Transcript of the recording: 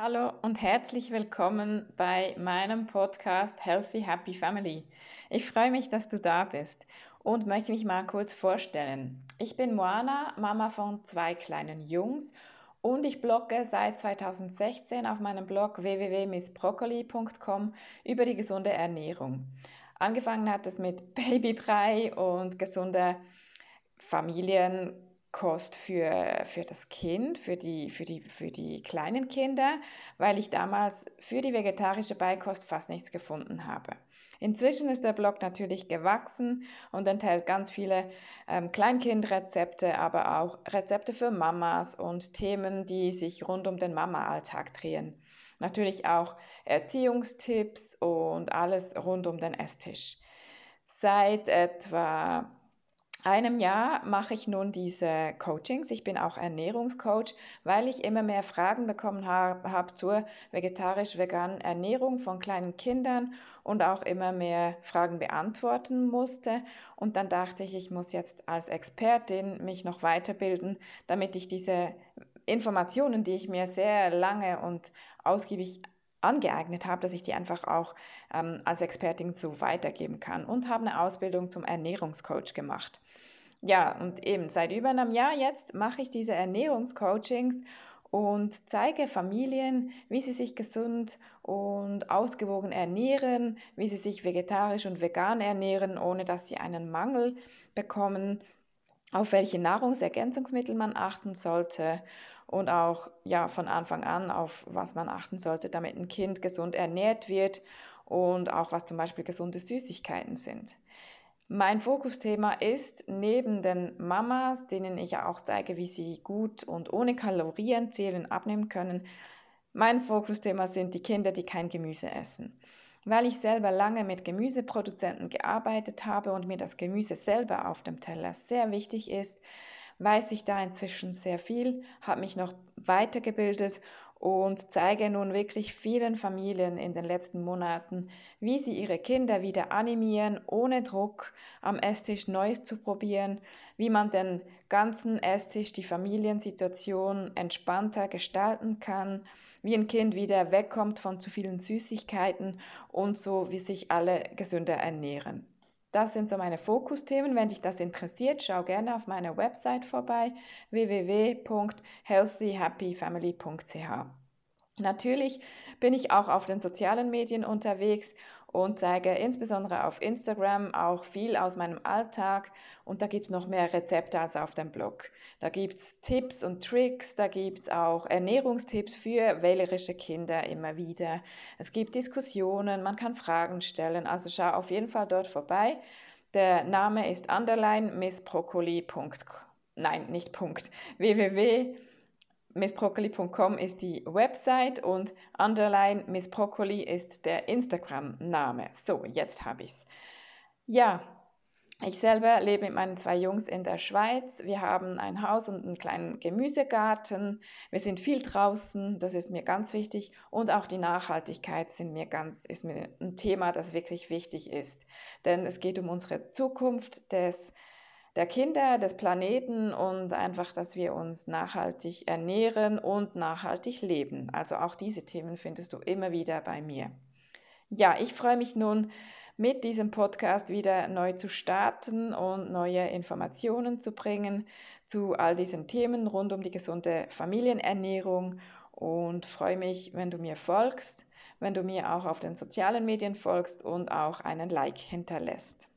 Hallo und herzlich willkommen bei meinem Podcast Healthy Happy Family. Ich freue mich, dass du da bist und möchte mich mal kurz vorstellen. Ich bin Moana, Mama von 2 kleinen Jungs und ich blogge seit 2016 auf meinem Blog www.missbroccoli.com über die gesunde Ernährung. Angefangen hat es mit Babybrei und gesunder Familienkost für das Kind, für die kleinen Kinder, weil ich damals für die vegetarische Beikost fast nichts gefunden habe. Inzwischen ist der Blog natürlich gewachsen und enthält ganz viele Kleinkindrezepte, aber auch Rezepte für Mamas und Themen, die sich rund um den Mama-Alltag drehen. Natürlich auch Erziehungstipps und alles rund um den Esstisch. Seit etwa einem Jahr mache ich nun diese Coachings. Ich bin auch Ernährungscoach, weil ich immer mehr Fragen bekommen habe zur vegetarisch-veganen Ernährung von kleinen Kindern und auch immer mehr Fragen beantworten musste. Und dann dachte ich, ich muss jetzt als Expertin mich noch weiterbilden, damit ich diese Informationen, die ich mir sehr lange und ausgiebig angeeignet habe, dass ich die einfach auch als Expertin so weitergeben kann und habe eine Ausbildung zum Ernährungscoach gemacht. Ja, und eben seit über einem Jahr jetzt mache ich diese Ernährungscoachings und zeige Familien, wie sie sich gesund und ausgewogen ernähren, wie sie sich vegetarisch und vegan ernähren, ohne dass sie einen Mangel bekommen, auf welche Nahrungsergänzungsmittel man achten sollte und auch ja von Anfang an auf was man achten sollte, damit ein Kind gesund ernährt wird und auch was zum Beispiel gesunde Süßigkeiten sind. Mein Fokusthema ist neben den Mamas, denen ich ja auch zeige, wie sie gut und ohne Kalorienzählen abnehmen können, mein Fokusthema sind die Kinder, die kein Gemüse essen. Weil ich selber lange mit Gemüseproduzenten gearbeitet habe und mir das Gemüse selber auf dem Teller sehr wichtig ist, weiß ich da inzwischen sehr viel, habe mich noch weitergebildet und zeige nun wirklich vielen Familien in den letzten Monaten, wie sie ihre Kinder wieder animieren, ohne Druck am Esstisch Neues zu probieren, wie man den ganzen Esstisch, die Familiensituation entspannter gestalten kann, wie ein Kind wieder wegkommt von zu vielen Süßigkeiten und so, wie sich alle gesünder ernähren. Das sind so meine Fokusthemen. Wenn dich das interessiert, schau gerne auf meiner Website vorbei, www.healthyhappyfamily.ch. Natürlich bin ich auch auf den sozialen Medien unterwegs und zeige insbesondere auf Instagram auch viel aus meinem Alltag und da gibt es noch mehr Rezepte als auf dem Blog. Da gibt es Tipps und Tricks, da gibt es auch Ernährungstipps für wählerische Kinder immer wieder. Es gibt Diskussionen, man kann Fragen stellen, also schau auf jeden Fall dort vorbei. Der Name ist _missbroccoli.com. Nein, nicht Punkt. www.missbroccoli.com ist die Website und _missbroccoli ist der Instagram-Name. So, jetzt habe ich's. Ja, ich selber lebe mit meinen 2 Jungs in der Schweiz. Wir haben ein Haus und einen kleinen Gemüsegarten. Wir sind viel draußen, das ist mir ganz wichtig. Und auch die Nachhaltigkeit ist mir ein Thema, das wirklich wichtig ist. Denn es geht um unsere Zukunft der Kinder, des Planeten und einfach, dass wir uns nachhaltig ernähren und nachhaltig leben. Also auch diese Themen findest du immer wieder bei mir. Ja, ich freue mich nun, mit diesem Podcast wieder neu zu starten und neue Informationen zu bringen zu all diesen Themen rund um die gesunde Familienernährung und freue mich, wenn du mir folgst, wenn du mir auch auf den sozialen Medien folgst und auch einen Like hinterlässt.